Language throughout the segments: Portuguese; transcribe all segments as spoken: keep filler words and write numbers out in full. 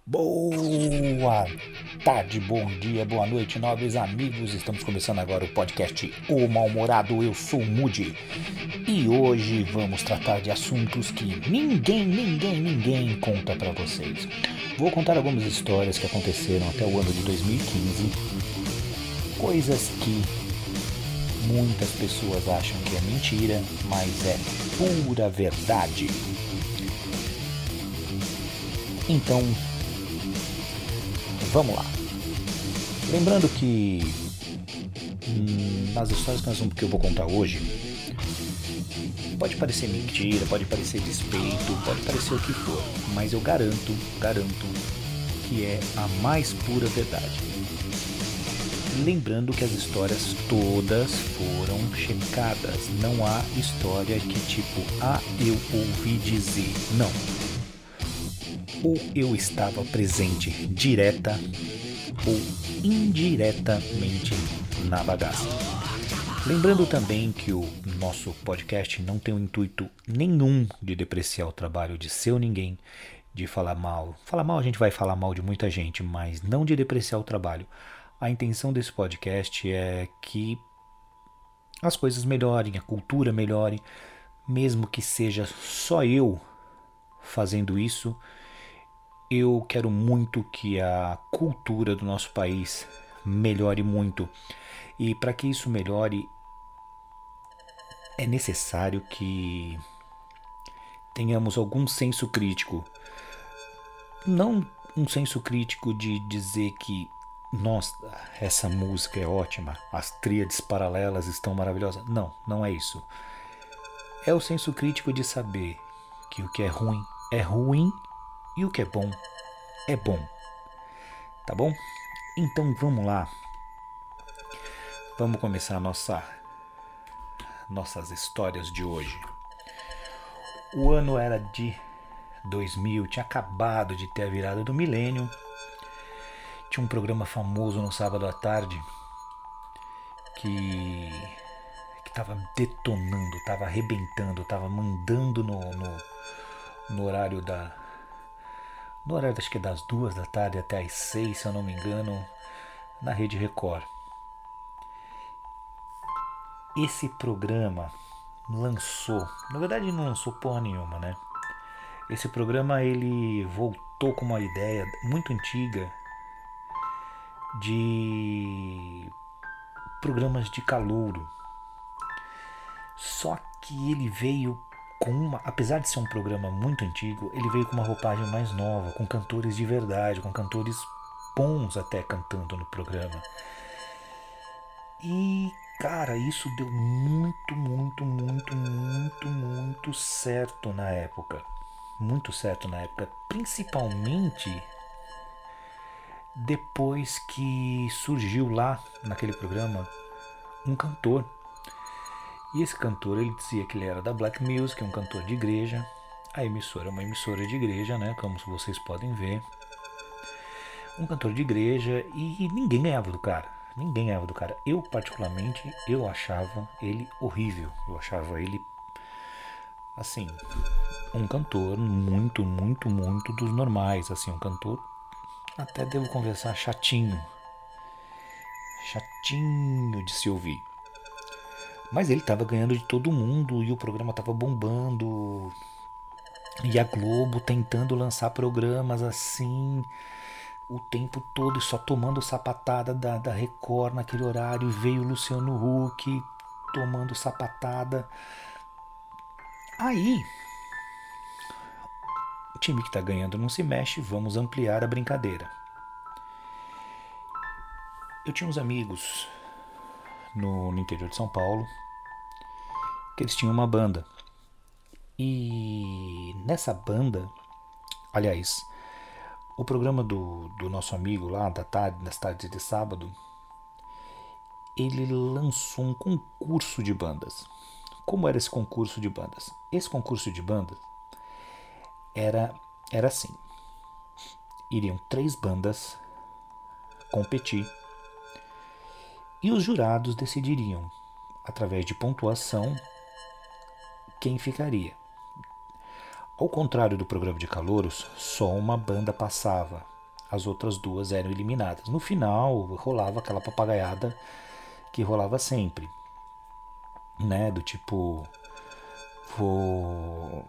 Boa tarde, bom dia, boa noite, nobres amigos. Estamos começando agora o podcast O Mal-Humorado. Eu sou o Moody e hoje vamos tratar de assuntos que ninguém, ninguém, ninguém conta pra vocês. Vou contar algumas histórias que aconteceram até o ano de dois mil e quinze, coisas que muitas pessoas acham que é mentira, mas é pura verdade. Então, vamos lá. Lembrando que hum, nas histórias que, nós vamos, que eu vou contar hoje, pode parecer mentira, pode parecer despeito, pode parecer o que for, mas eu garanto, garanto que é a mais pura verdade. Lembrando que as histórias todas foram checadas. Não há história que tipo, ah, eu ouvi dizer. Não. Ou eu estava presente direta ou indiretamente na bagaça. Lembrando também que o nosso podcast não tem o intuito nenhum de depreciar o trabalho de seu ninguém, de falar mal. Falar mal a gente vai falar mal de muita gente, mas não de depreciar o trabalho. A intenção desse podcast é que as coisas melhorem, a cultura melhore, mesmo que seja só eu fazendo isso. Eu quero muito que a cultura do nosso país melhore muito. E para que isso melhore, é necessário que tenhamos algum senso crítico. Não um senso crítico de dizer que, nossa, essa música é ótima, as tríades paralelas estão maravilhosas. Não, não é isso. É o senso crítico de saber que o que é ruim é ruim e o que é bom é bom. Tá bom? Então vamos lá. Vamos começar a nossa, nossas histórias de hoje. O ano era de dois mil, tinha acabado de ter a virada do milênio. Tinha um programa famoso no sábado à tarde que que estava detonando, estava arrebentando, estava mandando no, no, no horário da no horário acho que das duas da tarde até as seis, se eu não me engano, na Rede Record. Esse programa lançou, na verdade não lançou porra nenhuma, né? Esse programa ele voltou com uma ideia muito antiga de programas de calouro. Só que ele veio com uma, apesar de ser um programa muito antigo, ele veio com uma roupagem mais nova, com cantores de verdade, com cantores bons até cantando no programa. E, cara, isso deu muito, muito, muito, muito, muito certo na época. Muito certo na época, principalmente depois que surgiu lá naquele programa um cantor. E esse cantor, ele dizia que ele era da Black Music, um cantor de igreja. A emissora é uma emissora de igreja, né? Como vocês podem ver. Um cantor de igreja e ninguém ganhava do cara. Ninguém ganhava do cara. Eu, particularmente, eu achava ele horrível. Eu achava ele, assim, um cantor muito, muito, muito dos normais. Assim, um cantor, até devo conversar, chatinho. Chatinho de se ouvir. Mas ele estava ganhando de todo mundo e o programa estava bombando. E a Globo tentando lançar programas assim o tempo todo e só tomando sapatada da, da Record naquele horário. E veio o Luciano Huck tomando sapatada. Aí, o time que está ganhando não se mexe, vamos ampliar a brincadeira. Eu tinha uns amigos no, no interior de São Paulo que eles tinham uma banda. E nessa banda, aliás, o programa do, do nosso amigo lá da tarde, das tardes de sábado, ele lançou um concurso de bandas. Como era esse concurso de bandas? Esse concurso de bandas era, era assim: iriam três bandas competir e os jurados decidiriam, através de pontuação, quem ficaria. Ao contrário do programa de calouros, só uma banda passava. as outras duas eram eliminadas. No final, rolava aquela papagaiada que rolava sempre, né? Do tipo, vou,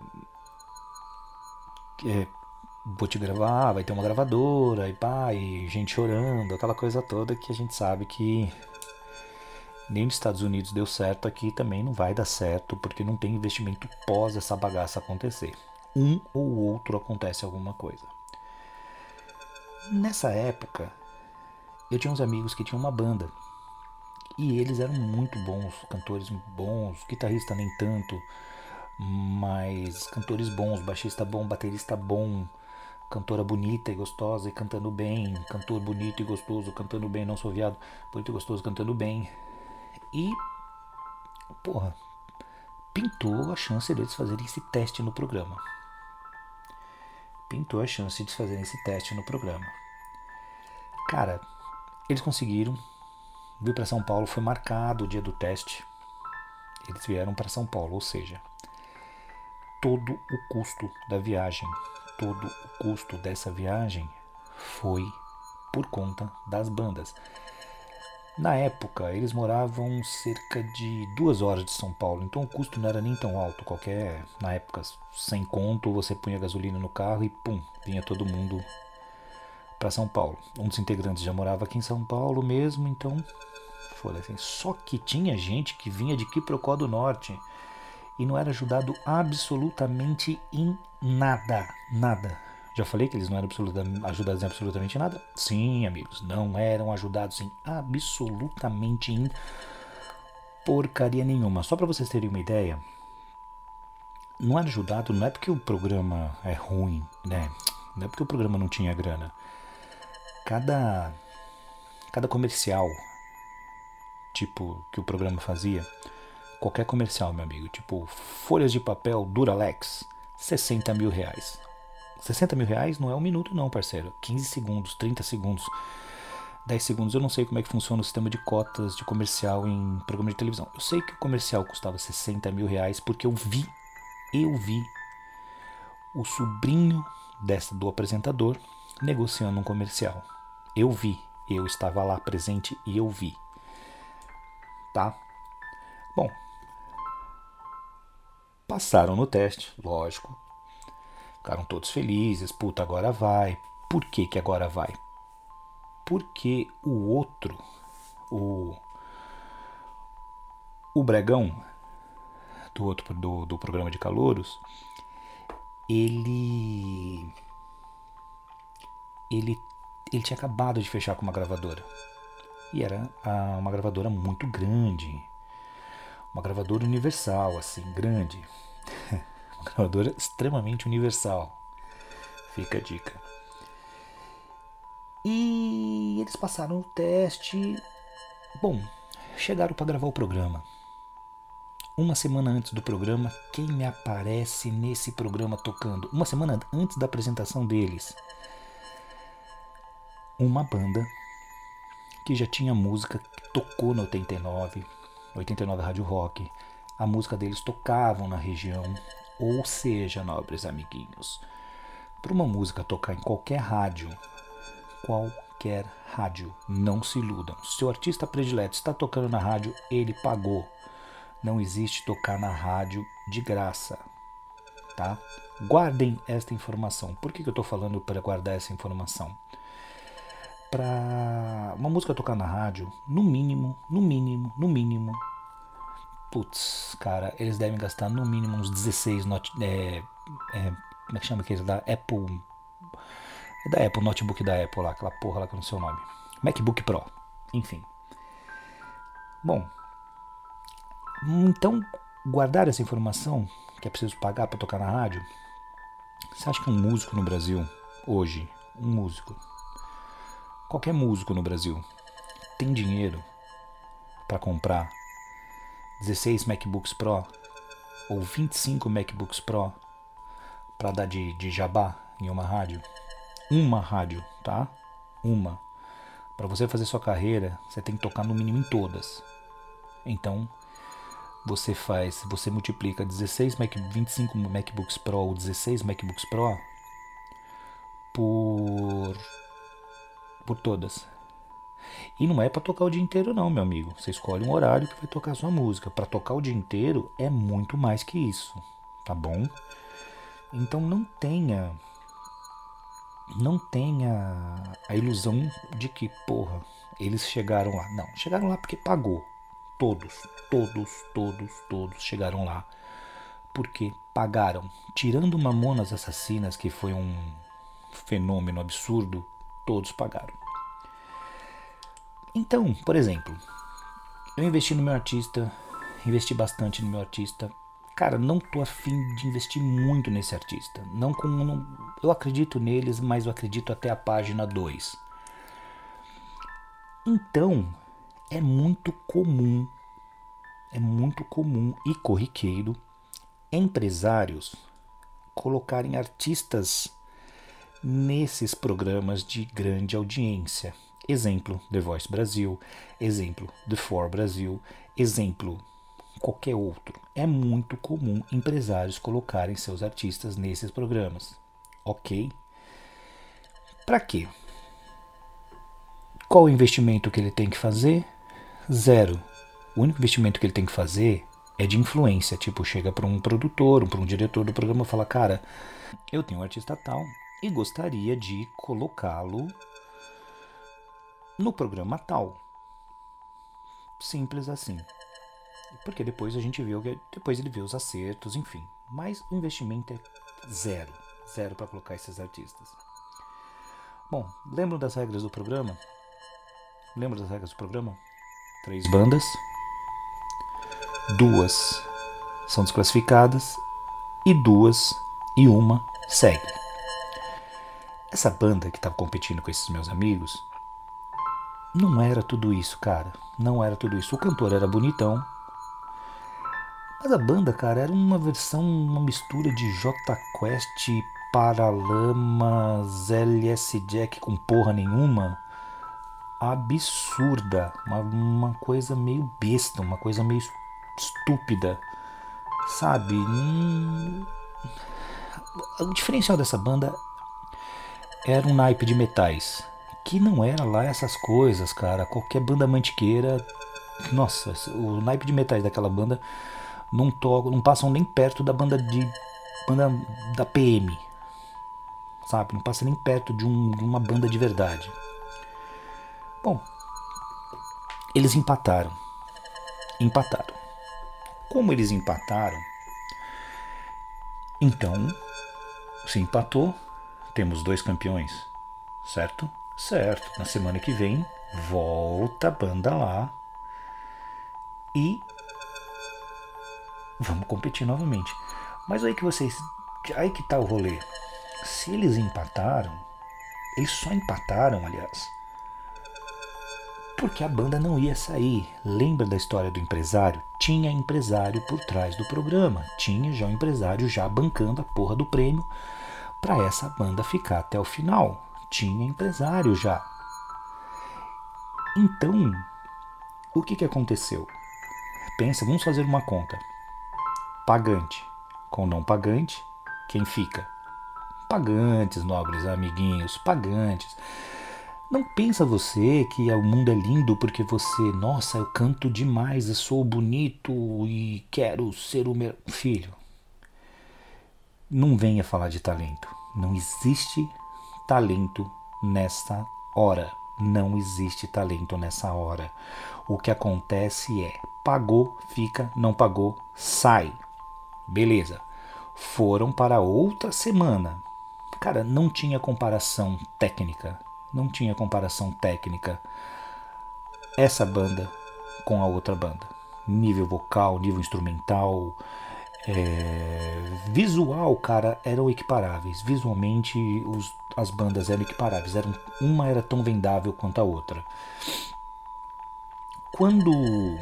é, vou te gravar, vai ter uma gravadora, e pá, e gente chorando, aquela coisa toda que a gente sabe que nem nos Estados Unidos deu certo, aqui também não vai dar certo, porque não tem investimento pós essa bagaça acontecer. Um ou outro acontece alguma coisa. Nessa época, eu tinha uns amigos que tinham uma banda. E eles eram muito bons, cantores bons, guitarrista nem tanto, mas cantores bons, baixista bom, baterista bom, cantora bonita e gostosa e cantando bem, cantor bonito e gostoso cantando bem, não sou viado, bonito e gostoso cantando bem. E, porra, pintou a chance deles fazerem esse teste no programa. Pintou a chance de fazerem esse teste no programa. Cara, eles conseguiram. Veio para São Paulo, foi marcado o dia do teste. Eles vieram para São Paulo, ou seja, todo o custo da viagem, todo o custo dessa viagem foi por conta das bandas. Na época, eles moravam cerca de duas horas de São Paulo, então o custo não era nem tão alto. Qualquer, na época, sem conto, você punha gasolina no carro e pum, vinha todo mundo para São Paulo. Um dos integrantes já morava aqui em São Paulo mesmo, então foda-se. Só que tinha gente que vinha de Quiprocó do Norte e não era ajudado absolutamente em nada, nada. Já falei que eles não eram ajudados em absolutamente nada? Sim, amigos, não eram ajudados em absolutamente em porcaria nenhuma. Só para vocês terem uma ideia, não era ajudado, não é porque o programa é ruim, né? Não é porque o programa não tinha grana. Cada, cada comercial, tipo, que o programa fazia, qualquer comercial, meu amigo, tipo, folhas de papel Duralex, sessenta mil reais. sessenta mil reais não é um minuto não, parceiro. quinze segundos, trinta segundos, dez segundos. Eu não sei como é que funciona o sistema de cotas de comercial em programa de televisão. Eu sei que o comercial custava sessenta mil reais porque eu vi, eu vi o sobrinho dessa, do apresentador negociando um comercial. Eu vi, eu estava lá presente e eu vi. Tá? Bom, passaram no teste, lógico. Ficaram todos felizes, puta, agora vai. Por que que agora vai? Porque o outro, o, o Bregão, do outro do, do programa de calouros, ele, ele, ele tinha acabado de fechar com uma gravadora. E era a, uma gravadora muito grande, uma gravadora universal, assim, grande. Uma gravadora extremamente universal. Fica a dica. E eles passaram o teste. Bom, chegaram para gravar o programa. Uma semana antes do programa, quem me aparece nesse programa tocando? Uma semana antes da apresentação deles. Uma banda que já tinha música que tocou no oitenta e nove, oitenta e nove Rádio Rock. A música deles tocavam na região. Ou seja, nobres amiguinhos, para uma música tocar em qualquer rádio, qualquer rádio, não se iludam. Se o artista predileto está tocando na rádio, ele pagou. Não existe tocar na rádio de graça, tá? Guardem esta informação. Por que que eu estou falando para guardar essa informação? Para uma música tocar na rádio, no mínimo, no mínimo, no mínimo, putz, cara, eles devem gastar no mínimo uns dezesseis not, é, é, como é que chama aquele da Apple? É da Apple, notebook da Apple lá, aquela porra lá que eu não sei o nome. MacBook Pro, enfim. Bom, então, guardar essa informação, que é preciso pagar para tocar na rádio. Você acha que um músico no Brasil, hoje, um músico, qualquer músico no Brasil, tem dinheiro para comprar dezesseis MacBooks Pro ou vinte e cinco MacBooks Pro para dar de, de jabá em uma rádio? Uma rádio, tá? Uma. Para você fazer sua carreira, você tem que tocar no mínimo em todas. Então, você faz, você multiplica dezesseis Mac, vinte e cinco MacBooks Pro ou dezesseis MacBooks Pro por por todas. E não é pra tocar o dia inteiro não, meu amigo. Você escolhe um horário que vai tocar a sua música. Pra tocar o dia inteiro é muito mais que isso, tá bom? Então não tenha... Não tenha a ilusão de que, porra, eles chegaram lá. Não, chegaram lá porque pagou. Todos, todos, todos, todos chegaram lá porque pagaram. Tirando Mamonas Assassinas, que foi um fenômeno absurdo, todos pagaram. Então, por exemplo, eu investi no meu artista, investi bastante no meu artista. Cara, não tô afim de investir muito nesse artista. Não com, não, eu acredito neles, mas eu acredito até a página dois. Então, é muito comum, é muito comum e corriqueiro empresários colocarem artistas nesses programas de grande audiência. Exemplo, The Voice Brasil, exemplo, The Four Brasil, exemplo, qualquer outro. É muito comum empresários colocarem seus artistas nesses programas. Ok? Para quê? Qual o investimento que ele tem que fazer? Zero. O único investimento que ele tem que fazer é de influência. Tipo, chega para um produtor, para um diretor do programa e fala: cara, eu tenho um artista tal e gostaria de colocá-lo no programa tal. Simples assim. Porque depois a gente vê, depois ele vê os acertos, enfim. Mas o investimento é zero. Zero para colocar esses artistas. Bom, lembram das regras do programa? Lembram das regras do programa? Três bandas. Duas são desclassificadas. E duas e uma segue. Essa banda que estava competindo com esses meus amigos não era tudo isso, cara. Não era tudo isso. O cantor era bonitão. Mas a banda, cara, era uma versão, uma mistura de Jota Quest, Paralamas, L S Jack com porra nenhuma. Absurda. Uma, uma coisa meio besta, uma coisa meio estúpida. Sabe? Hum... O diferencial dessa banda era um naipe de metais. Que não era lá essas coisas, cara. Qualquer banda mantiqueira. Nossa, o naipe de metais daquela banda não, to- não passam nem perto da banda de. Banda da P M. Sabe? Não passa nem perto de, um, de uma banda de verdade. Bom, eles empataram. Empataram. Como eles empataram, então, se empatou, temos dois campeões, certo? Certo. Na semana que vem, volta a banda lá e vamos competir novamente. Mas aí que vocês, aí que tá o rolê. Se eles empataram, eles só empataram, aliás, porque a banda não ia sair. Lembra da história do empresário? Tinha empresário por trás do programa. Tinha já um empresário já bancando a porra do prêmio para essa banda ficar até o final. Tinha empresário já. Então, o que que aconteceu? Pensa, vamos fazer uma conta. Pagante com não pagante, quem fica? Pagantes, nobres amiguinhos, pagantes. Não pensa você que o mundo é lindo porque você, nossa, eu canto demais, eu sou bonito e quero ser o meu filho. Não venha falar de talento. Não existe talento nessa hora. Não existe talento nessa hora. O que acontece é, pagou, fica, não pagou, sai. Beleza. Foram para outra semana. Cara, não tinha comparação técnica. Não tinha comparação técnica essa banda com a outra banda. Nível vocal, nível instrumental, é... visual, cara, eram equiparáveis. Visualmente, os, as bandas eram equiparáveis. Eram, uma era tão vendável quanto a outra. Quando...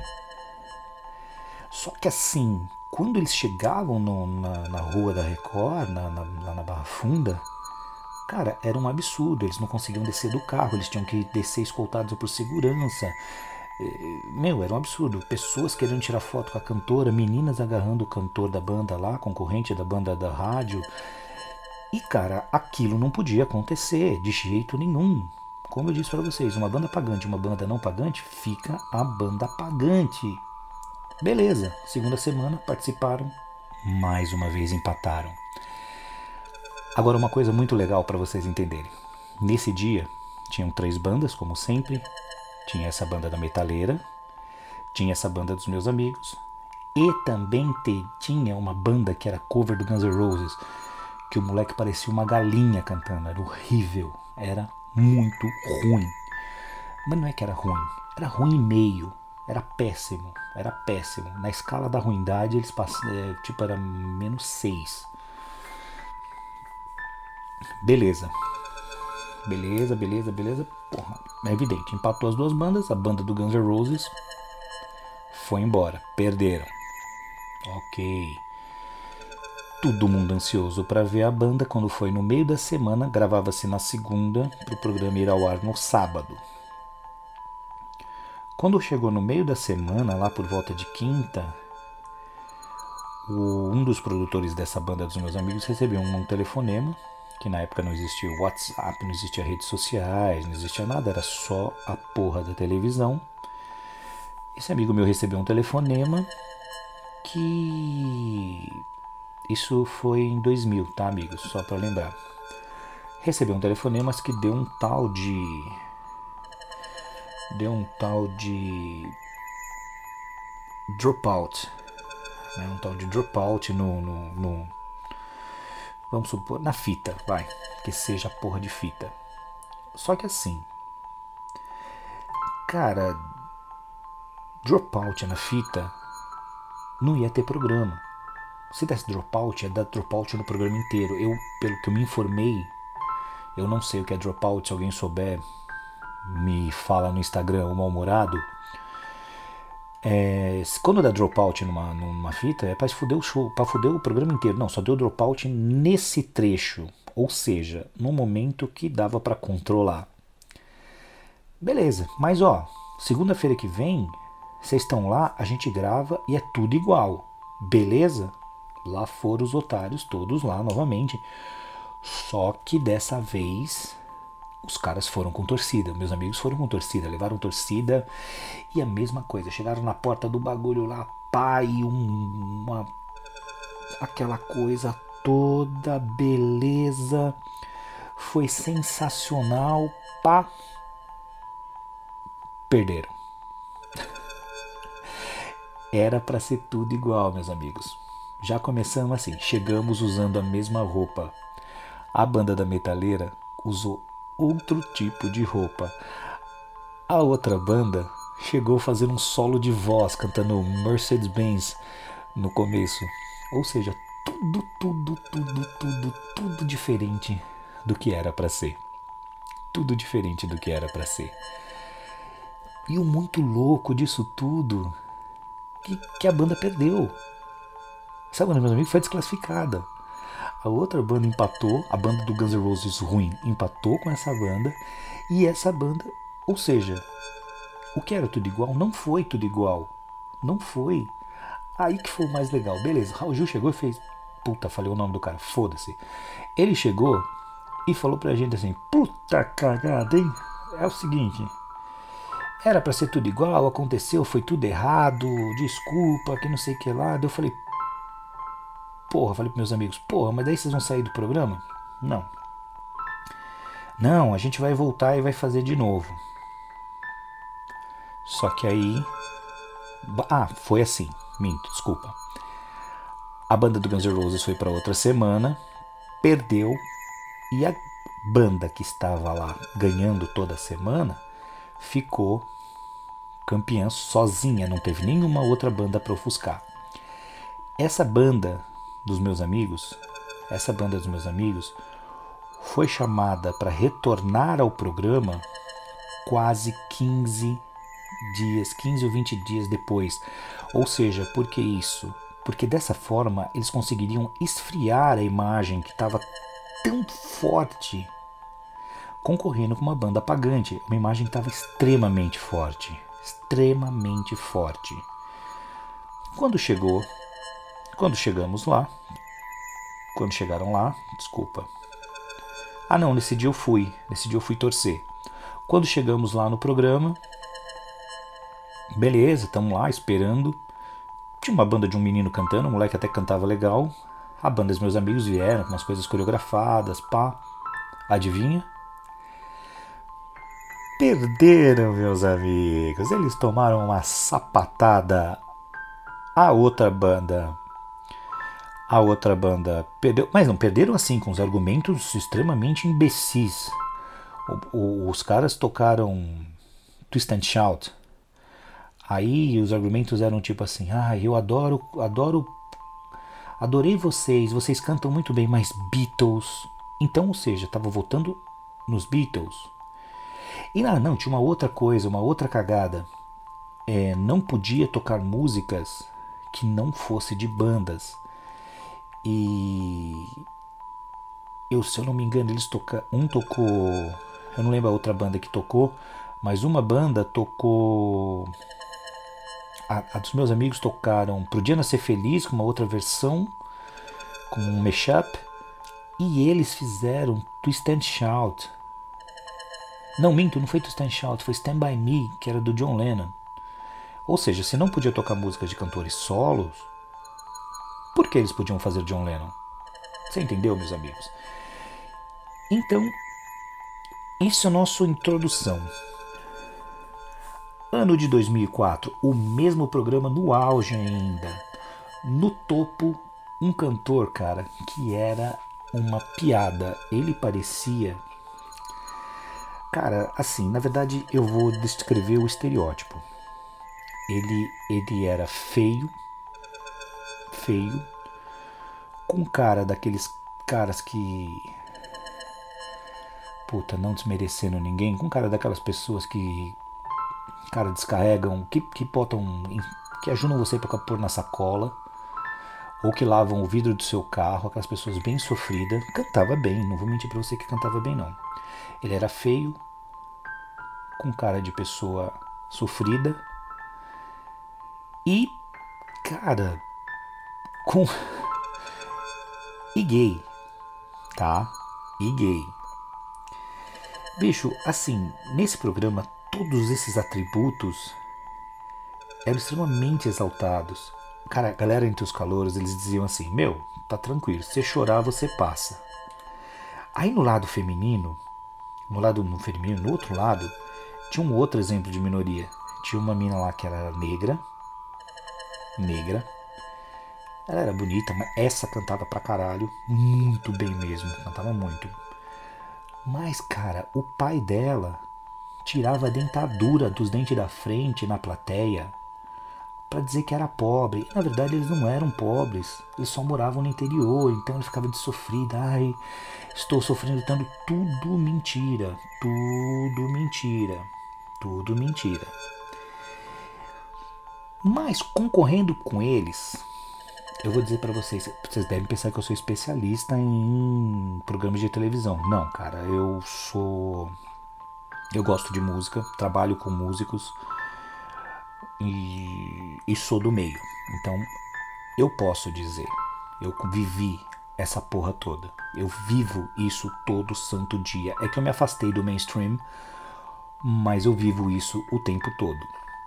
Só que assim, quando eles chegavam no, na, na rua da Record, na, na, lá na Barra Funda, cara, era um absurdo, eles não conseguiam descer do carro, eles tinham que descer escoltados por segurança. Meu, era um absurdo. Pessoas querendo tirar foto com a cantora, meninas agarrando o cantor da banda lá, concorrente da banda da rádio. E, cara, aquilo não podia acontecer de jeito nenhum. como eu disse para vocês, uma banda pagante e uma banda não pagante, fica a banda pagante. Beleza, segunda semana participaram, mais uma vez empataram. Agora uma coisa muito legal para vocês entenderem. Nesse dia tinham três bandas, como sempre. Tinha essa banda da metaleira, tinha essa banda dos meus amigos e também te, tinha uma banda que era cover do Guns N' Roses, que o moleque parecia uma galinha cantando, era horrível, era muito ruim. Mas não é que era ruim, era ruim e meio, era péssimo, era péssimo. Na escala da ruindade eles passaram, é, tipo era menos seis. Beleza. Beleza, beleza, beleza. Porra, é evidente, empatou as duas bandas. A banda do Guns N' Roses foi embora, perderam. Ok. Todo mundo ansioso para ver a banda. Quando foi no meio da semana, gravava-se na segunda para o programa ir ao ar no sábado. Quando chegou no meio da semana, lá por volta de quinta, o, um dos produtores dessa banda dos meus amigos recebeu um, um telefonema, que na época não existia WhatsApp, não existia redes sociais, não existia nada, era só a porra da televisão. Esse amigo meu recebeu um telefonema que... Isso foi em dois mil, tá, amigos? Só para lembrar. Recebeu um telefonema que deu um tal de... Deu um tal de... Dropout. Né? Um tal de dropout no... no, no Vamos supor, na fita, vai, que seja porra de fita. Só que assim, cara, dropout na fita não ia ter programa. Se desse dropout, ia dar dropout no programa inteiro. Eu, pelo que eu me informei, eu não sei o que é dropout, se alguém souber, me fala no Instagram, o mal-humorado. É, quando dá dropout numa, numa fita é pra fuder o show, pra fuder o programa inteiro. Não, só deu dropout nesse trecho, ou seja, no momento que dava pra controlar. Beleza, mas ó, segunda-feira que vem, vocês estão lá, a gente grava e é tudo igual. Beleza? Lá foram os otários todos lá novamente. Só que dessa vez os caras foram com torcida, meus amigos foram com torcida, levaram torcida e a mesma coisa, chegaram na porta do bagulho lá, pá, e um, uma, aquela coisa toda, beleza, foi sensacional, pá, perderam. Era pra ser tudo igual, meus amigos. Já começamos assim, chegamos usando a mesma roupa. A banda da metaleira usou outro tipo de roupa. A outra banda chegou fazendo um solo de voz, cantando Mercedes-Benz no começo. Ou seja, tudo, tudo, tudo, tudo, tudo diferente do que era pra ser. Tudo diferente do que era pra ser. E o muito louco disso tudo, que, que a banda perdeu. Essa banda, meus amigos, foi desclassificada. A outra banda empatou, a banda do Guns N' Roses ruim empatou com essa banda, e essa banda, ou seja, o que era tudo igual não foi tudo igual, não foi. Aí que foi o mais legal, beleza, Raul Gil chegou e fez, puta, falei o nome do cara, foda-se. Ele chegou e falou pra gente assim, puta cagada, hein, é o seguinte, era pra ser tudo igual, aconteceu, foi tudo errado, desculpa, que não sei o que lá. Daí eu falei, porra, falei pros meus amigos, porra, mas daí vocês vão sair do programa? Não. Não, a gente vai voltar e vai fazer de novo. Só que aí... Ah, foi assim, minto, desculpa. A banda do Guns N' Roses foi pra outra semana, perdeu, e a banda que estava lá ganhando toda semana ficou campeã sozinha, não teve nenhuma outra banda pra ofuscar. Essa banda dos meus amigos, essa banda dos meus amigos foi chamada para retornar ao programa quase quinze dias, quinze ou vinte dias depois. Ou seja, por que isso? Porque dessa forma eles conseguiriam esfriar a imagem que estava tão forte, concorrendo com uma banda pagante. Uma imagem que estava extremamente forte, extremamente forte. Quando chegou Quando chegamos lá, quando chegaram lá, desculpa. Ah não, nesse dia eu fui, nesse dia eu fui torcer. Quando chegamos lá no programa, beleza, estamos lá esperando. Tinha uma banda de um menino cantando, o moleque até cantava legal. A banda dos meus amigos vieram com umas coisas coreografadas, pá. Adivinha? Perderam, meus amigos. Eles tomaram uma sapatada. A outra banda... A outra banda perdeu, mas não perderam assim, com os argumentos extremamente imbecis. O, o, os caras tocaram Twist and Shout. Aí os argumentos eram tipo assim: ah, eu adoro, adoro, adorei vocês, vocês cantam muito bem, mas Beatles. Então, ou seja, tava votando nos Beatles. E não, não, tinha uma outra coisa, uma outra cagada. É, não podia tocar músicas que não fosse de bandas. E eu, se eu não me engano, eles tocaram. Um tocou. Eu não lembro a outra banda que tocou, mas uma banda tocou. A, a dos meus amigos tocaram Pro Dia Nascer Feliz, com uma outra versão, com um mashup. E eles fizeram Twist and Shout. Não, minto, não foi Twist and Shout, foi Stand By Me, que era do John Lennon. Ou seja, se não podia tocar músicas de cantores solos, por que eles podiam fazer John Lennon? Você entendeu, meus amigos? Então, isso é a nossa introdução. Ano de dois mil e quatro, o mesmo programa no auge ainda. No topo, um cantor, cara, que era uma piada. Ele parecia... Cara, assim, na verdade eu vou descrever o estereótipo. Ele, ele era feio, feio, com cara daqueles caras que... Puta, não desmerecendo ninguém, com cara daquelas pessoas que... Cara, descarregam, que, que botam, que ajudam você para pôr na sacola, ou que lavam o vidro do seu carro, aquelas pessoas bem sofridas. Cantava bem, não vou mentir pra você que cantava bem não. Ele era feio, com cara de pessoa sofrida e, cara, com... e gay, tá? E gay. Bicho, assim, nesse programa, todos esses atributos eram extremamente exaltados. Cara, a galera entre os calouros, eles diziam assim: meu, tá tranquilo, se você chorar, você passa. Aí no lado feminino, no lado no feminino, no outro lado, tinha um outro exemplo de minoria. Tinha uma mina lá que era negra, negra. Ela era bonita, mas essa cantava pra caralho, muito bem mesmo, cantava muito. Mas, cara, o pai dela tirava a dentadura dos dentes da frente na plateia pra dizer que era pobre. E, na verdade, eles não eram pobres, eles só moravam no interior, então ele ficava de sofrida. Ai, estou sofrendo tanto. Tudo mentira, tudo mentira, tudo mentira. Mas concorrendo com eles, eu vou dizer pra vocês, vocês devem pensar que eu sou especialista em programas de televisão. Não, cara, eu sou... Eu gosto de música, trabalho com músicos e, e sou do meio. Então, eu posso dizer, eu vivi essa porra toda. Eu vivo isso todo santo dia. É que eu me afastei do mainstream, mas eu vivo isso o tempo todo.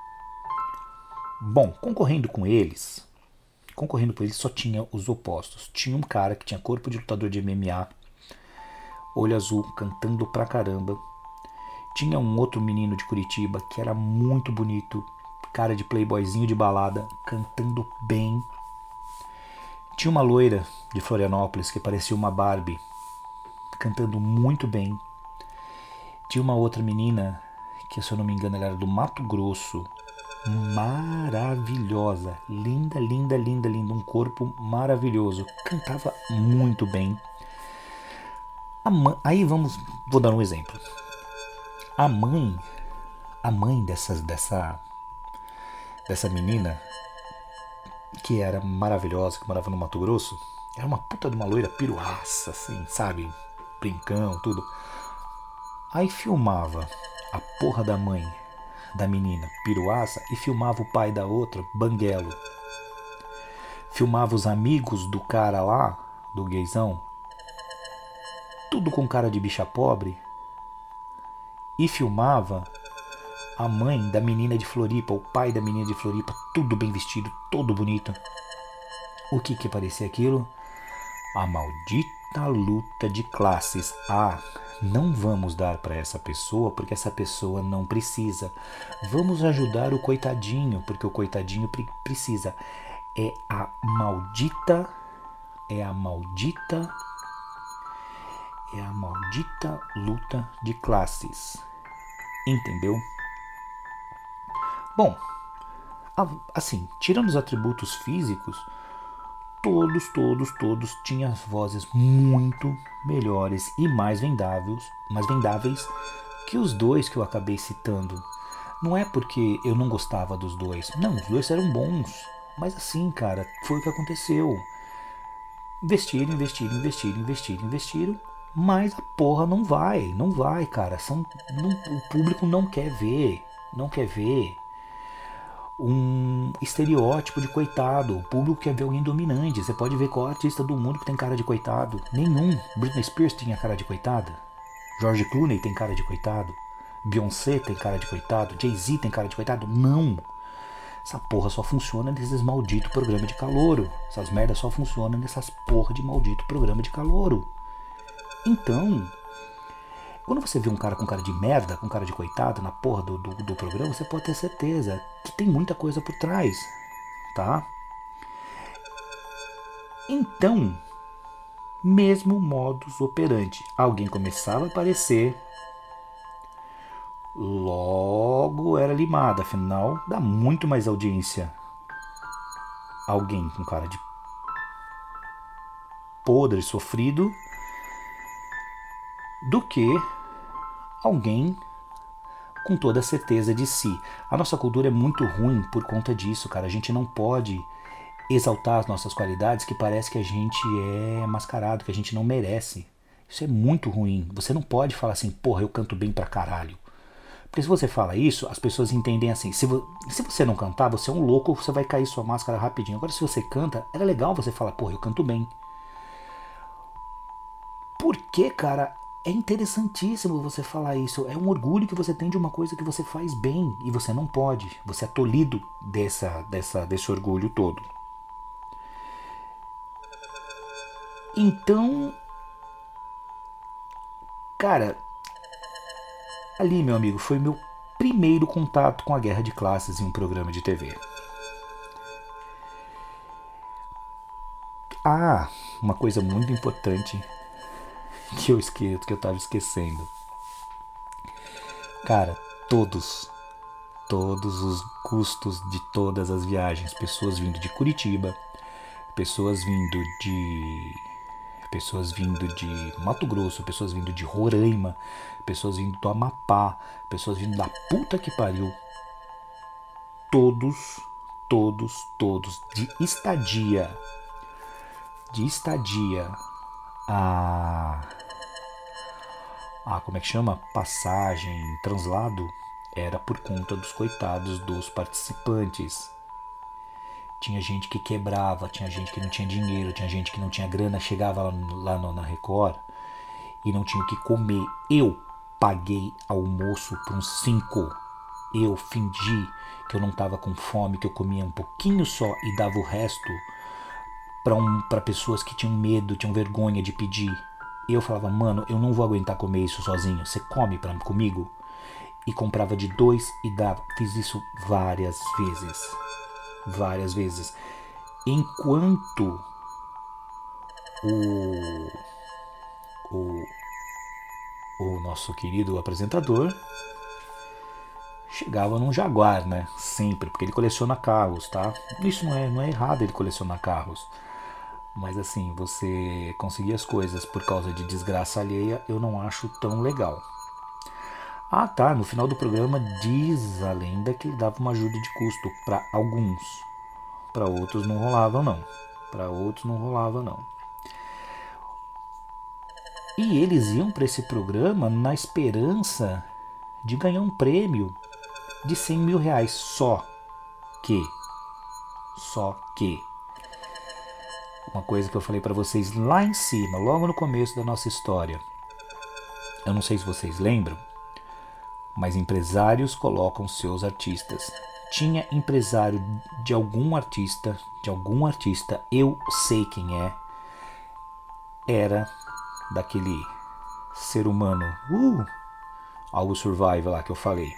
Bom, concorrendo com eles, concorrendo com eles só tinha os opostos. Tinha um cara que tinha corpo de lutador de M M A, olho azul, cantando pra caramba. Tinha um outro menino de Curitiba que era muito bonito, cara de playboyzinho de balada, cantando bem. Tinha uma loira de Florianópolis que parecia uma Barbie, cantando muito bem. Tinha uma outra menina que, se eu não me engano, ela era do Mato Grosso, maravilhosa, linda, linda, linda, linda, um corpo maravilhoso, cantava muito bem. A mãe, aí vamos, vou dar um exemplo. A mãe, a mãe dessa, dessa, dessa menina, que era maravilhosa, que morava no Mato Grosso, era uma puta de uma loira piruaça, assim, sabe? Brincão, tudo. Aí filmava a porra da mãe da menina, piruaça, e filmava o pai da outra, banguelo. Filmava os amigos do cara lá, do gaysão, tudo com cara de bicha pobre. e filmava a mãe da menina de Floripa, o pai da menina de Floripa, tudo bem vestido, todo bonito. O que que parecia aquilo? A maldita luta de classes. Ah, não vamos dar para essa pessoa porque essa pessoa não precisa. Vamos ajudar o coitadinho porque o coitadinho pre- precisa. É a maldita, é a maldita, é a maldita luta de classes. Entendeu? Bom, assim, tirando os atributos físicos, todos, todos, todos tinham vozes muito melhores e mais vendáveis, mais vendáveis que os dois que eu acabei citando. Não é porque eu não gostava dos dois. Não, os dois eram bons. Mas assim, cara, foi o que aconteceu. Investiram, investiram, investiram, investiram, investiram. Mas a porra não vai, não vai, cara. São, não, o público não quer ver, não quer ver um estereótipo de coitado. O público quer ver alguém dominante. Você pode ver qual artista do mundo que tem cara de coitado. Nenhum. Britney Spears tinha cara de coitada. George Clooney tem cara de coitado. Beyoncé tem cara de coitado. Jay-Z tem cara de coitado. Não. Essa porra só funciona nesses malditos programas de calouro. Essas merdas só funcionam nessas porra de maldito programa de calouro. Então, quando você vê um cara com cara de merda, com cara de coitado na porra do, do, do programa, você pode ter certeza que tem muita coisa por trás, tá? Então, mesmo modus operandi, alguém começava a aparecer, logo era limado, afinal dá muito mais audiência alguém com cara de podre, sofrido, do que alguém com toda a certeza de si. A nossa cultura é muito ruim por conta disso, cara. A gente não pode exaltar as nossas qualidades que parece que a gente é mascarado, que a gente não merece. Isso é muito ruim. Você não pode falar assim, porra, eu canto bem pra caralho. Porque se você fala isso, as pessoas entendem assim, se, vo- se você não cantar, você é um louco, você vai cair sua máscara rapidinho. Agora se você canta, era legal você falar, porra, eu canto bem. Porque, cara, é interessantíssimo você falar isso. É um orgulho que você tem de uma coisa que você faz bem e você não pode. Você é tolhido dessa, dessa, desse orgulho todo. Então, cara, ali, meu amigo, foi meu primeiro contato com a guerra de classes em um programa de T V. Ah, uma coisa muito importante que eu esqueço, que eu tava esquecendo. Cara, todos, todos os custos de todas as viagens, pessoas vindo de Curitiba, pessoas vindo de pessoas vindo de Mato Grosso, pessoas vindo de Roraima, pessoas vindo do Amapá, pessoas vindo da puta que pariu. Todos, todos, todos de estadia, de estadia a a como é que chama? Passagem, translado, era por conta dos coitados dos participantes. Tinha gente que quebrava, tinha gente que não tinha dinheiro, tinha gente que não tinha grana, chegava lá, lá no, na Record e não tinha o que comer. Eu paguei almoço por uns cinco. Eu fingi que eu não estava com fome, que eu comia um pouquinho só e dava o resto para um, para pessoas que tinham medo, tinham vergonha de pedir. Eu falava, mano, eu não vou aguentar comer isso sozinho. Você come pra, comigo? E comprava de dois e dava. Fiz isso várias vezes. Várias vezes. Enquanto o, o, o nosso querido apresentador chegava num Jaguar, né? Sempre, porque ele coleciona carros, tá? Isso não é, não é errado ele colecionar carros. Mas assim, você conseguir as coisas por causa de desgraça alheia, eu não acho tão legal. Ah tá, no final do programa diz a lenda que ele dava uma ajuda de custo para alguns. Para outros não rolava não. Para outros não rolava não. E eles iam para esse programa na esperança de ganhar um prêmio de cem mil reais. Só que, só que, uma coisa que eu falei para vocês lá em cima, logo no começo da nossa história. Eu não sei se vocês lembram, mas empresários colocam seus artistas. Tinha empresário de algum artista, de algum artista, eu sei quem é, era daquele ser humano, uh, algo survive lá que eu falei.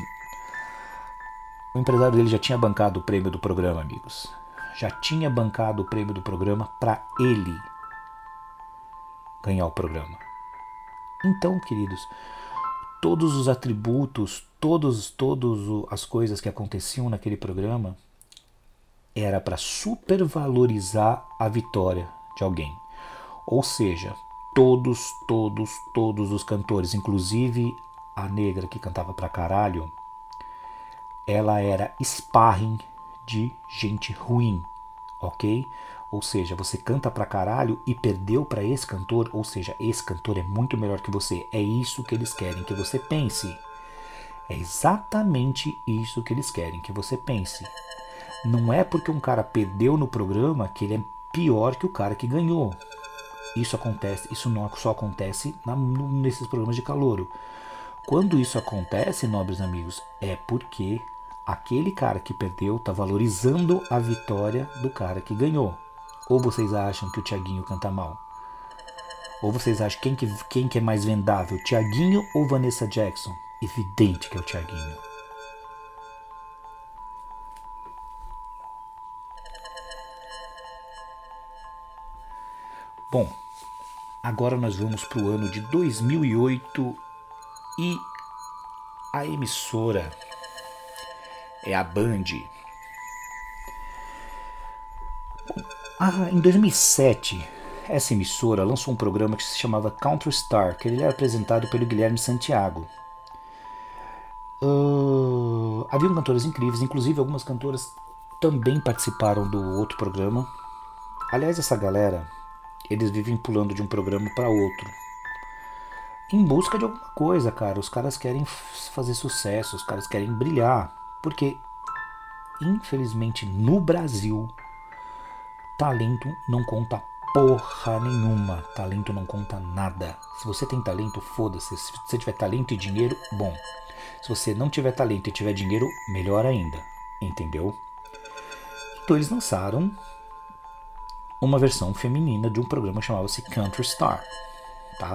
O empresário dele já tinha bancado o prêmio do programa, amigos. Já tinha bancado o prêmio do programa para ele ganhar o programa. Então, queridos, todos os atributos, todos, todas as coisas que aconteciam naquele programa era para supervalorizar a vitória de alguém. Ou seja, todos, todos, todos os cantores, inclusive a negra que cantava pra caralho, ela era sparring de gente ruim, ok? Ou seja, você canta pra caralho e perdeu pra esse cantor, ou seja, esse cantor é muito melhor que você. É isso que eles querem que você pense. É exatamente isso que eles querem que você pense. Não é porque um cara perdeu no programa que ele é pior que o cara que ganhou. Isso acontece, isso não só acontece na, nesses programas de calouro. Quando isso acontece, nobres amigos, é porque aquele cara que perdeu está valorizando a vitória do cara que ganhou. Ou vocês acham que o Thiaguinho canta mal? Ou vocês acham quem que, quem que é mais vendável, Thiaguinho ou Vanessa Jackson? Evidente que é o Thiaguinho. Bom, agora nós vamos para o ano de dois mil e oito e a emissora é a Band. Ah, em dois mil e sete, essa emissora lançou um programa que se chamava Country Star, que ele era apresentado pelo Guilherme Santiago. Uh, haviam cantoras incríveis, inclusive algumas cantoras também participaram do outro programa. Aliás, essa galera, eles vivem pulando de um programa para outro em busca de alguma coisa, cara. Os caras querem fazer sucesso, os caras querem brilhar, porque infelizmente no Brasil talento não conta porra nenhuma, talento não conta nada. Se você tem talento, foda-se. Se você tiver talento e dinheiro, bom. Se você não tiver talento e tiver dinheiro, melhor ainda, entendeu? Então eles lançaram uma versão feminina de um programa que chamava-se Country Star, tá?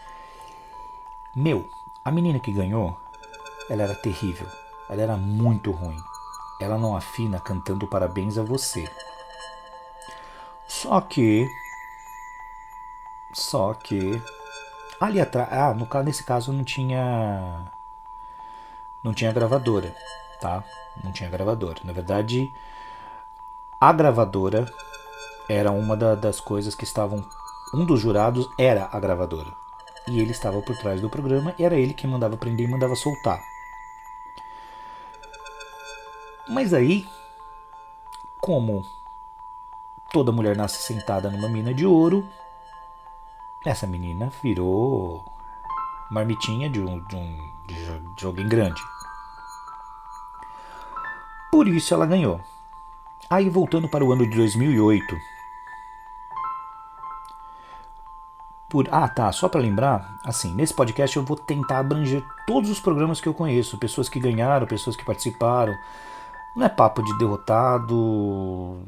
Meu, a menina que ganhou, ela era terrível, ela era muito ruim. Ela não afina cantando parabéns a você. Só que, só que, ali atrás, ah, no caso, nesse caso não tinha, não tinha gravadora, tá? Não tinha gravadora. Na verdade, a gravadora era uma da, das coisas que estavam, um dos jurados era a gravadora. E ele estava por trás do programa e era ele que mandava prender e mandava soltar. Mas aí, como toda mulher nasce sentada numa mina de ouro, essa menina virou marmitinha de, um, de, um, de, de alguém grande. Por isso ela ganhou. Aí voltando para o ano de dois mil e oito. Por, ah tá, só para lembrar, assim, nesse podcast eu vou tentar abranger todos os programas que eu conheço, pessoas que ganharam, pessoas que participaram. Não é papo de derrotado.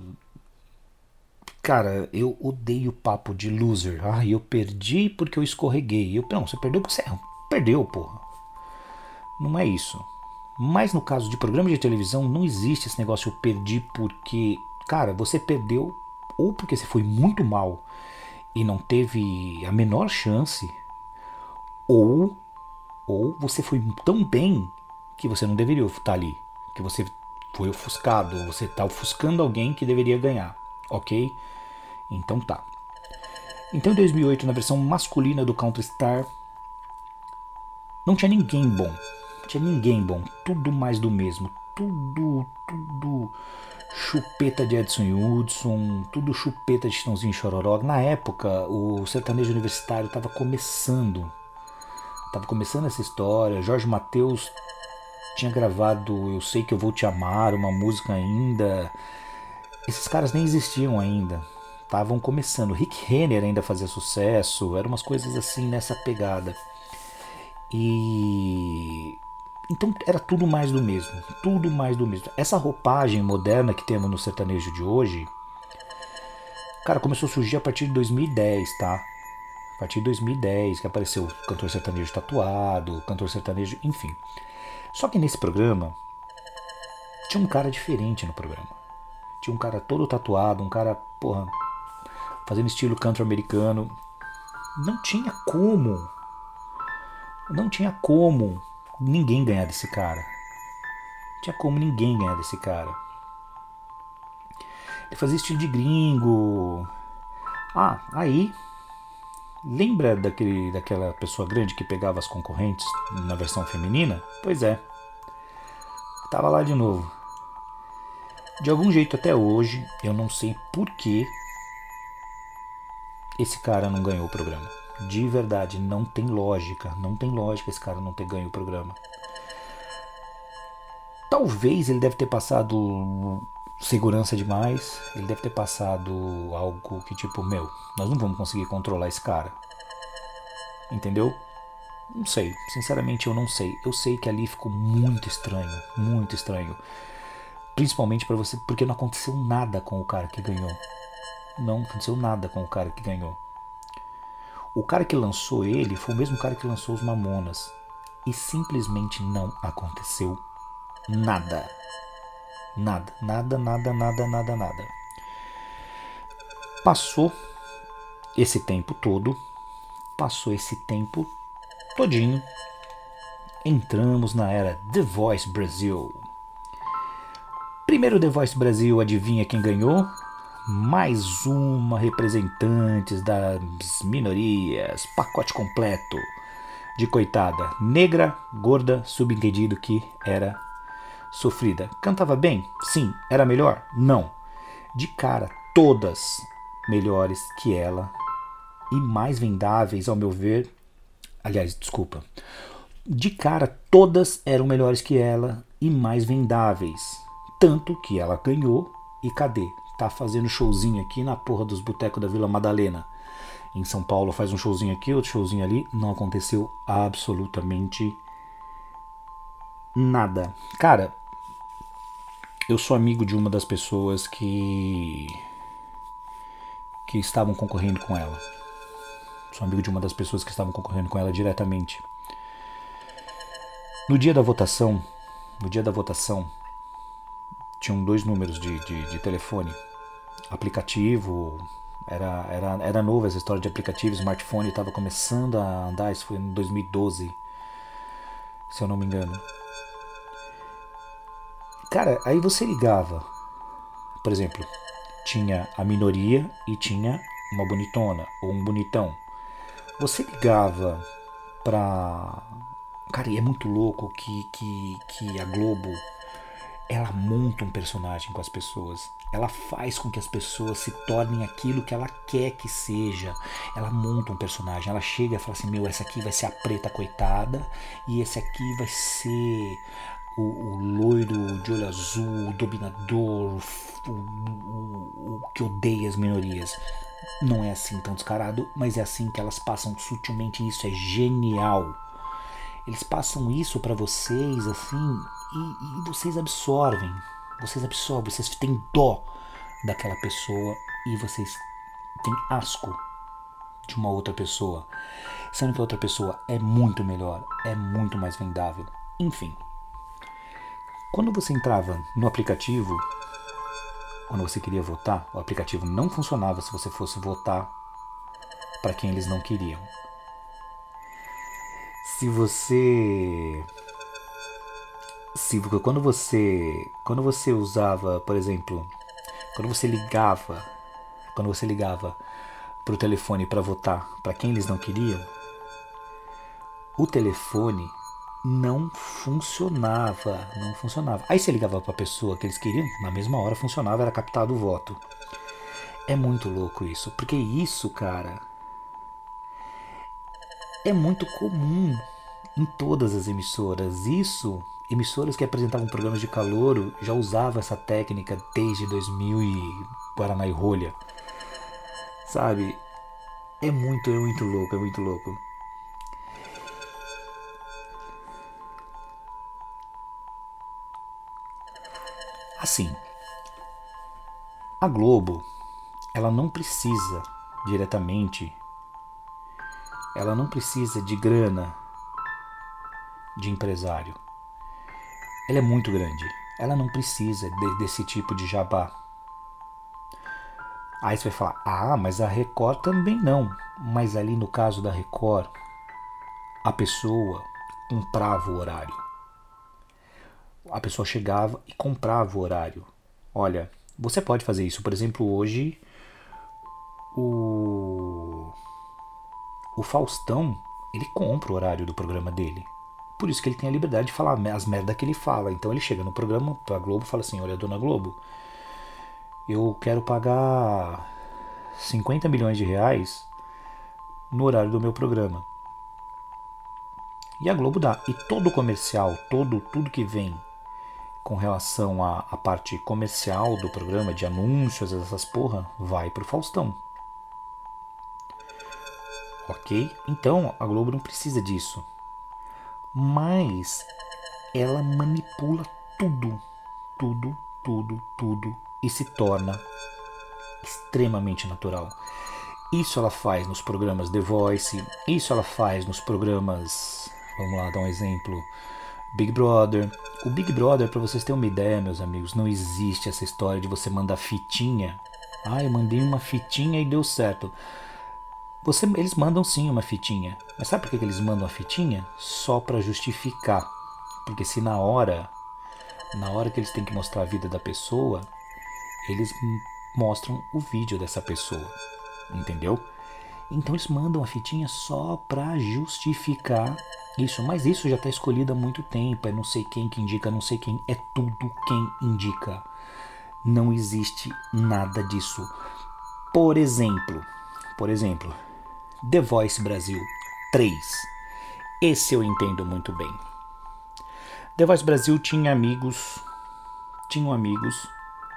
Cara, eu odeio papo de loser. Ah, eu perdi porque eu escorreguei. Eu, não, você perdeu porque você perdeu, porra. Não é isso. Mas no caso de programa de televisão, não existe esse negócio eu perdi porque... Cara, você perdeu ou porque você foi muito mal e não teve a menor chance, ou, ou você foi tão bem que você não deveria estar ali. Que você foi ofuscado, ou você está ofuscando alguém que deveria ganhar. Ok? Então tá. Então em dois mil e oito, na versão masculina do Country Star, não tinha ninguém bom. Não tinha ninguém bom. Tudo mais do mesmo. Tudo, tudo chupeta de Edson Hudson, tudo chupeta de Chitãozinho e Chororó. Na época, o sertanejo universitário estava começando. Estava começando essa história. Jorge Mateus tinha gravado Eu Sei Que Eu Vou Te Amar, uma música ainda. Esses caras nem existiam ainda. Estavam começando. Rick Renner ainda fazia sucesso. Eram umas coisas assim nessa pegada. E Então era tudo mais do mesmo, tudo mais do mesmo. Essa roupagem moderna que temos no sertanejo de hoje, cara, começou a surgir a partir de dois mil e dez, tá? A partir de dois mil e dez que apareceu o cantor sertanejo tatuado, cantor sertanejo, enfim. Só que nesse programa tinha um cara diferente no programa. Tinha um cara todo tatuado, um cara, porra, fazendo estilo country americano. Não tinha como, não tinha como ninguém ganhar desse cara. Não tinha como ninguém ganhar desse cara. Ele fazia estilo de gringo. Ah, aí, lembra daquele, daquela pessoa grande que pegava as concorrentes na versão feminina? Pois é, tava lá de novo. De algum jeito até hoje, eu não sei por que esse cara não ganhou o programa. De verdade, não tem lógica. Não tem lógica esse cara não ter ganho o programa. Talvez ele deve ter passado segurança demais. Ele deve ter passado algo que tipo, meu, nós não vamos conseguir controlar esse cara. Entendeu? Não sei. Sinceramente eu não sei. Eu sei que ali ficou muito estranho. Muito estranho. Principalmente para você, porque não aconteceu nada com o cara que ganhou. Não aconteceu nada com o cara que ganhou. O cara que lançou ele foi o mesmo cara que lançou os Mamonas. E simplesmente não aconteceu nada. Nada, nada, nada, nada, nada, nada. Passou esse tempo todo. Passou esse tempo todinho. Entramos na era The Voice Brasil. Primeiro The Voice Brasil, adivinha quem ganhou? Mais uma representante das minorias, pacote completo de coitada, negra, gorda, subentendido que era sofrida. Cantava bem? Sim. Era melhor? Não. De cara, todas melhores que ela e mais vendáveis, ao meu ver. Aliás, desculpa. De cara, todas eram melhores que ela e mais vendáveis. Tanto que ela ganhou e cadê? Tá fazendo showzinho aqui na porra dos botecos da Vila Madalena. Em São Paulo faz um showzinho aqui, outro showzinho ali. Não aconteceu absolutamente nada. Cara, eu sou amigo de uma das pessoas que que estavam concorrendo com ela. Sou amigo de uma das pessoas que estavam concorrendo com ela diretamente. No dia da votação, no dia da votação, tinham dois números de, de, de telefone. Aplicativo, era, era, era novo essa história de aplicativo, smartphone estava começando a andar, isso foi em dois mil e doze, se eu não me engano. Cara, aí você ligava, por exemplo, tinha a minoria e tinha uma bonitona ou um bonitão. Você ligava pra... Cara, e é muito louco que, que, que a Globo, ela monta um personagem com as pessoas. Ela faz com que as pessoas se tornem aquilo que ela quer que seja. Ela monta um personagem. Ela chega e fala assim, meu, essa aqui vai ser a preta coitada e esse aqui vai ser o, o loiro de olho azul, o dominador, o, o, o que odeia as minorias. Não é assim tão descarado, mas é assim que elas passam sutilmente. Isso é genial. Eles passam isso pra vocês assim e, e vocês absorvem. Vocês absorvem, vocês têm dó daquela pessoa e vocês têm asco de uma outra pessoa, sendo que a outra pessoa é muito melhor, é muito mais vendável. Enfim, quando você entrava no aplicativo, quando você queria votar, o aplicativo não funcionava se você fosse votar para quem eles não queriam. Se você se quando você quando você usava, por exemplo, quando você ligava, quando você ligava pro telefone para votar para quem eles não queriam, o telefone não funcionava, não funcionava. Aí você ligava para a pessoa que eles queriam, na mesma hora funcionava, era captado o voto. É muito louco isso, porque isso, cara, é muito comum em todas as emissoras. Isso, emissoras que apresentavam programas de calouro já usavam essa técnica desde dois mil e Guaraná e rolha. Sabe? É muito, é muito louco, é muito louco. Assim, a Globo, ela não precisa diretamente, ela não precisa de grana de empresário. Ela é muito grande. Ela não precisa de, desse tipo de jabá. Aí você vai falar, ah, mas a Record também não. Mas ali no caso da Record, a pessoa comprava o horário. A pessoa chegava e comprava o horário. Olha, você pode fazer isso. Por exemplo, hoje, o, o Faustão, ele compra o horário do programa dele. Por isso que ele tem a liberdade de falar as merdas que ele fala. Então ele chega no programa, pra Globo, e fala assim, olha, dona Globo, eu quero pagar cinquenta milhões de reais no horário do meu programa. E a Globo dá. E todo o comercial, todo, tudo que vem com relação à, à parte comercial do programa, de anúncios, essas porra, vai pro Faustão. Ok? Então a Globo não precisa disso. Mas ela manipula tudo, tudo, tudo, tudo e se torna extremamente natural. Isso ela faz nos programas The Voice, isso ela faz nos programas, vamos lá dar um exemplo, Big Brother. O Big Brother, para vocês terem uma ideia, meus amigos, não existe essa história de você mandar fitinha. Ah, eu mandei uma fitinha e deu certo. Você, eles mandam sim uma fitinha, mas sabe por que eles mandam a fitinha? Só para justificar, porque se na hora, na hora que eles têm que mostrar a vida da pessoa, eles mostram o vídeo dessa pessoa, entendeu? Então eles mandam a fitinha só para justificar isso, mas isso já está escolhido há muito tempo, é não sei quem que indica, não sei quem, é tudo quem indica. Não existe nada disso. Por exemplo, por exemplo, The Voice Brasil três. Esse eu entendo muito bem. The Voice Brasil tinha amigos, tinham amigos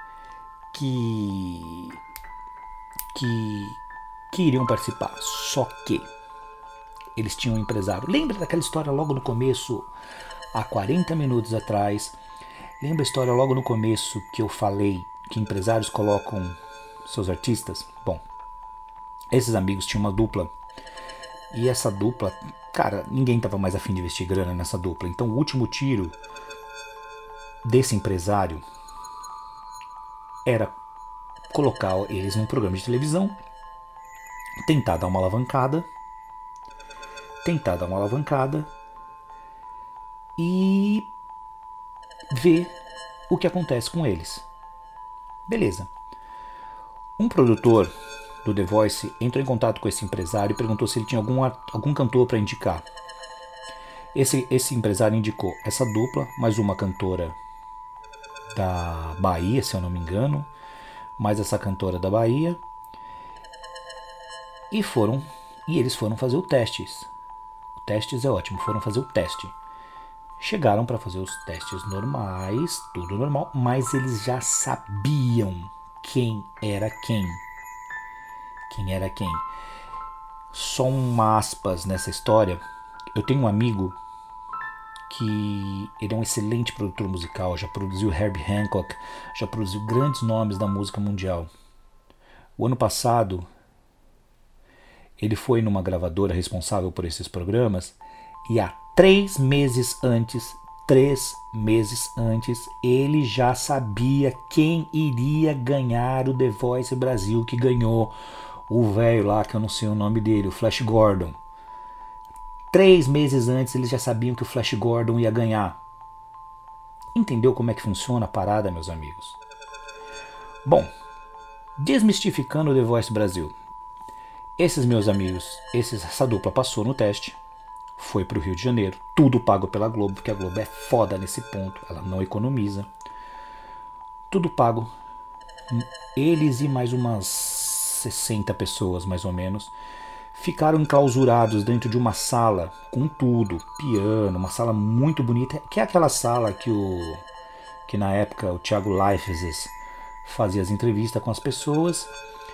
que que queriam participar, só que eles tinham um empresário. Lembra daquela história logo no começo, há quarenta minutos atrás? Lembra a história logo no começo que eu falei que empresários colocam seus artistas? Bom, esses amigos tinham uma dupla. E essa dupla, cara, ninguém tava mais afim de investir grana nessa dupla. Então o último tiro desse empresário era colocar eles num programa de televisão, tentar dar uma alavancada, tentar dar uma alavancada e ver o que acontece com eles. Beleza. Um produtor do The Voice entrou em contato com esse empresário e perguntou se ele tinha algum, algum cantor para indicar. Esse, esse empresário indicou essa dupla, mais uma cantora da Bahia, se eu não me engano, mais essa cantora da Bahia, e foram e eles foram fazer o testes. O testes é ótimo, foram fazer o teste. Chegaram para fazer os testes normais, tudo normal, mas eles já sabiam quem era quem. Quem era quem. Só uma aspas nessa história. Eu tenho um amigo que ele é um excelente produtor musical, já produziu Herbie Hancock, já produziu grandes nomes da música mundial. O ano passado, ele foi numa gravadora responsável por esses programas e há três meses antes, três meses antes, ele já sabia quem iria ganhar o The Voice Brasil, que ganhou o velho lá, que eu não sei o nome dele, o Flash Gordon. Três meses antes eles já sabiam que o Flash Gordon ia ganhar. Entendeu como é que funciona a parada, meus amigos? Bom, desmistificando o The Voice Brasil. Esses meus amigos, esses, essa dupla passou no teste, foi pro Rio de Janeiro, tudo pago pela Globo, porque a Globo é foda nesse ponto, ela não economiza. Tudo pago. Eles e mais umas sessenta pessoas, mais ou menos, ficaram enclausurados dentro de uma sala com tudo, piano, uma sala muito bonita, que é aquela sala que o que na época o Thiago Leifert fazia as entrevistas com as pessoas,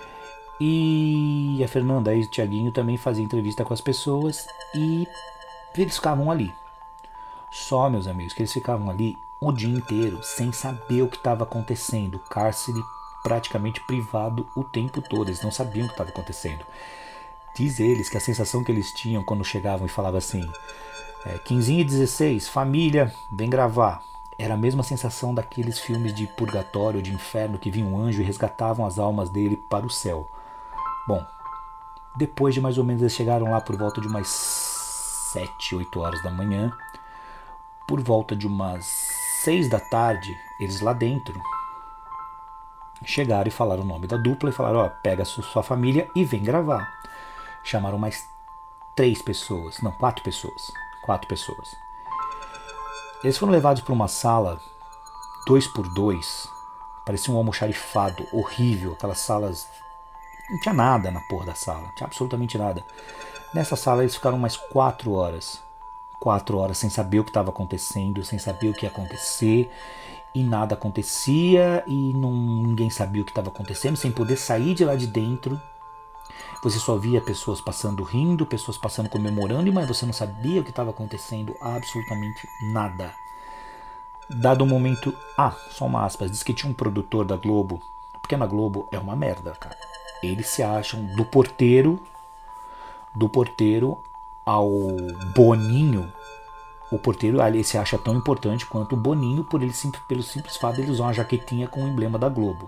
e a Fernanda e o Thiaguinho também faziam entrevista com as pessoas, e eles ficavam ali. Só, meus amigos, que eles ficavam ali o dia inteiro sem saber o que estava acontecendo. Cárcere praticamente privado o tempo todo. Eles não sabiam o que estava acontecendo. Diz eles que a sensação que eles tinham quando chegavam e falavam assim, é, quinze e dezesseis, família, vem gravar. Era a mesma sensação daqueles filmes de purgatório, de inferno, que vinha um anjo e resgatavam as almas dele para o céu. Bom, depois de mais ou menos, eles chegaram lá por volta de umas sete, oito horas da manhã. Por volta de umas seis da tarde, eles lá dentro chegaram e falaram o nome da dupla e falaram, ó, pega sua família e vem gravar. Chamaram mais três pessoas, não, quatro pessoas, quatro pessoas. Eles foram levados para uma sala, dois por dois, parecia um almoxarifado horrível, aquelas salas, não tinha nada na porra da sala, não tinha absolutamente nada. Nessa sala eles ficaram mais quatro horas, quatro horas sem saber o que estava acontecendo, sem saber o que ia acontecer, e nada acontecia, e não, ninguém sabia o que estava acontecendo, sem poder sair de lá de dentro. Você só via pessoas passando rindo, pessoas passando comemorando, mas você não sabia o que estava acontecendo, absolutamente nada. Dado o momento... Ah, só uma aspas, diz que tinha um produtor da Globo, porque na Globo é uma merda, cara. Eles se acham do porteiro, do porteiro ao Boninho. O porteiro ele se acha tão importante quanto o Boninho, por ele, pelo simples fato de ele usar uma jaquetinha com o emblema da Globo.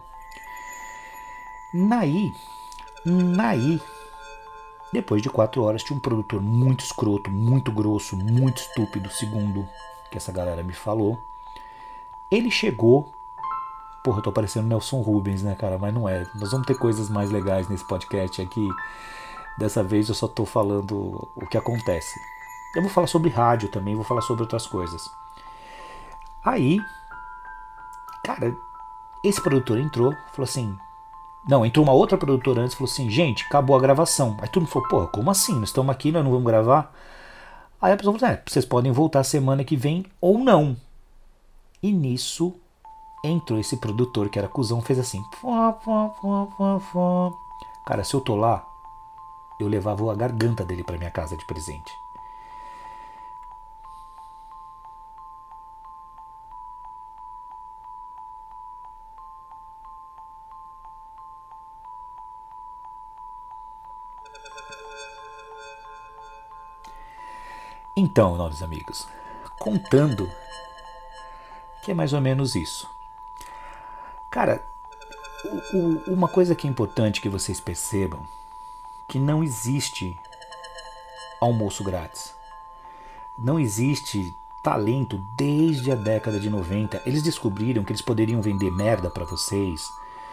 Naí... Naí, depois de quatro horas, tinha um produtor muito escroto, muito grosso, muito estúpido, segundo que essa galera me falou. Ele chegou... Porra, eu tô parecendo Nelson Rubens, né, cara? Mas não é. Nós vamos ter coisas mais legais nesse podcast aqui. Dessa vez eu só tô falando o que acontece. Eu vou falar sobre rádio também, vou falar sobre outras coisas. Aí, cara, esse produtor entrou, falou assim... Não, entrou uma outra produtora antes e falou assim, gente, acabou a gravação. Aí todo mundo falou, pô, como assim? Nós estamos aqui, nós não vamos gravar? Aí a pessoa falou, é, vocês podem voltar semana que vem ou não. E nisso entrou esse produtor que era cuzão, fez assim. Cara, se eu tô lá, eu levava a garganta dele pra minha casa de presente. Então, novos amigos, contando que é mais ou menos isso. Cara, o, o, uma coisa que é importante que vocês percebam, que não existe almoço grátis. Não existe talento desde a década de noventa. Eles descobriram que eles poderiam vender merda pra vocês.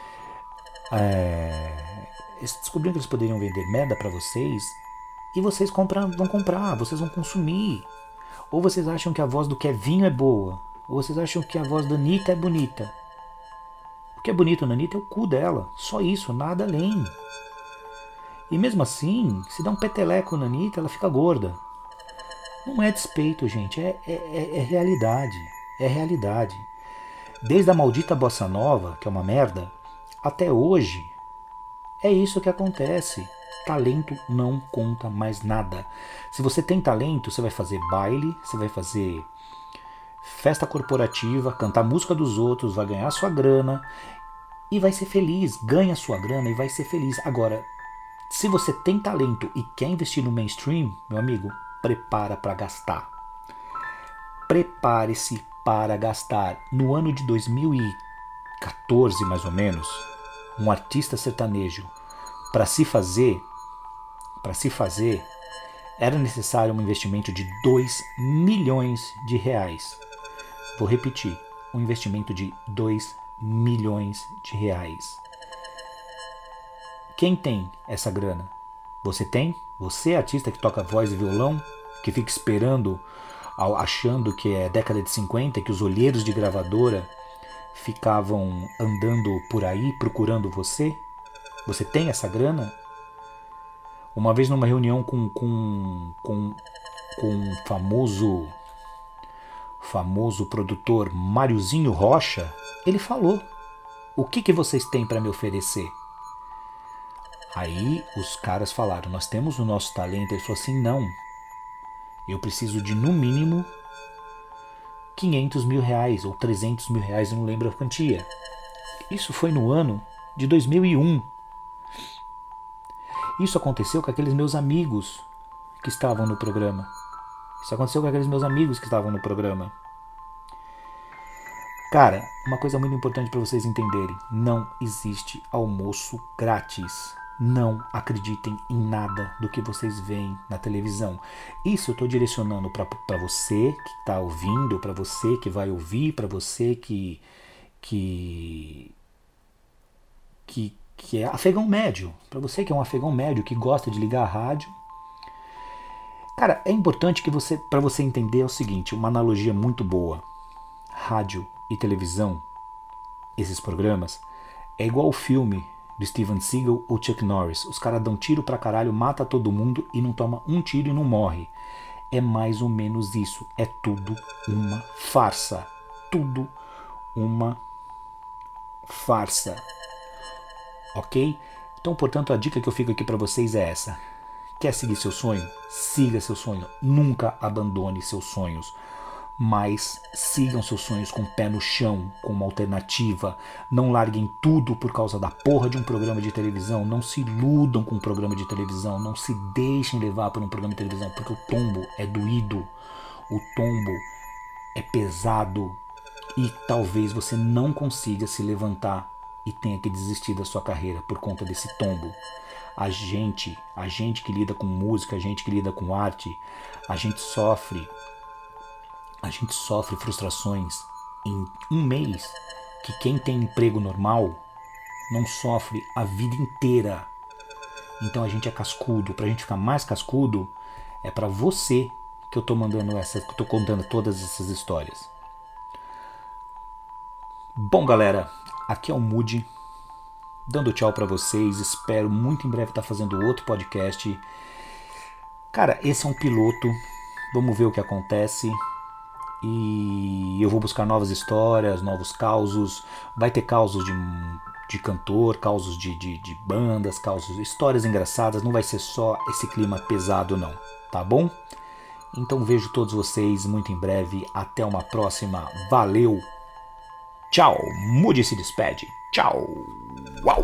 É... Eles descobriram que eles poderiam vender merda pra vocês e vocês compram, vão comprar, vocês vão consumir. Ou vocês acham que a voz do Kevinho é boa, ou vocês acham que a voz da Anitta é bonita. O que é bonito na Anitta é o cu dela, só isso, nada além. E mesmo assim, se dá um peteleco na Anitta, ela fica gorda. Não é despeito, gente, é, é, é, é realidade, é realidade. Desde a maldita bossa nova, que é uma merda, até hoje, é isso que acontece. Talento não conta mais nada. Se você tem talento, você vai fazer baile, você vai fazer festa corporativa, cantar música dos outros, vai ganhar sua grana e vai ser feliz. Ganha sua grana e vai ser feliz. Agora, se você tem talento e quer investir no mainstream, meu amigo, prepara para gastar. Prepare-se para gastar. No ano de dois mil e quatorze, mais ou menos, um artista sertanejo, para se fazer Para se fazer, era necessário um investimento de dois milhões de reais. Vou repetir, um investimento de dois milhões de reais. Quem tem essa grana? Você tem? Você, artista que toca voz e violão, que fica esperando, achando que é década de cinquenta, que os olheiros de gravadora ficavam andando por aí procurando você? Você tem essa grana? Uma vez numa reunião com com com com o famoso famoso produtor Máriozinho Rocha, ele falou: "O que que vocês têm para me oferecer?" Aí os caras falaram: "Nós temos o nosso talento." Ele falou assim: "Não. Eu preciso de no mínimo quinhentos mil reais ou trezentos mil reais, eu não lembro a quantia. Isso foi no ano de dois mil e um. Isso aconteceu com aqueles meus amigos que estavam no programa. Isso aconteceu com aqueles meus amigos que estavam no programa. Cara, uma coisa muito importante para vocês entenderem: não existe almoço grátis. Não acreditem em nada do que vocês veem na televisão. Isso eu estou direcionando para você que está ouvindo, para você que vai ouvir, para você que, que, que, que é afegão médio, para você que é um afegão médio, que gosta de ligar a rádio. Cara, é importante que você, para você entender é o seguinte, uma analogia muito boa. Rádio e televisão, esses programas, é igual o filme do Steven Seagal ou Chuck Norris. Os caras dão tiro pra caralho, mata todo mundo e não toma um tiro e não morre. É mais ou menos isso. É tudo uma farsa. Tudo uma farsa. Ok? Então, portanto, a dica que eu fico aqui pra vocês é essa. Quer seguir seu sonho? Siga seu sonho. Nunca abandone seus sonhos. Mas sigam seus sonhos com o pé no chão, com uma alternativa. Não larguem tudo por causa da porra de um programa de televisão. Não se iludam com um programa de televisão. Não se deixem levar por um programa de televisão, porque o tombo é doído. O tombo é pesado. E talvez você não consiga se levantar e tenha que desistir da sua carreira por conta desse tombo. A gente, a gente que lida com música, a gente que lida com arte, a gente sofre A gente sofre frustrações em um mês que quem tem emprego normal não sofre a vida inteira. Então a gente é cascudo. Pra gente ficar mais cascudo, é pra você que eu tô mandando essa, que eu tô contando todas essas histórias. Bom, galera, aqui é o Moody, dando tchau pra vocês. Espero muito em breve estar fazendo outro podcast. Cara, esse é um piloto. Vamos ver o que acontece. E eu vou buscar novas histórias, novos causos. Vai ter causos de, de cantor, causos de, de, de bandas, causos, histórias engraçadas. Não vai ser só esse clima pesado não, tá bom? Então vejo todos vocês muito em breve. Até uma próxima. Valeu! Tchau! Moody se despede. Tchau! Uau!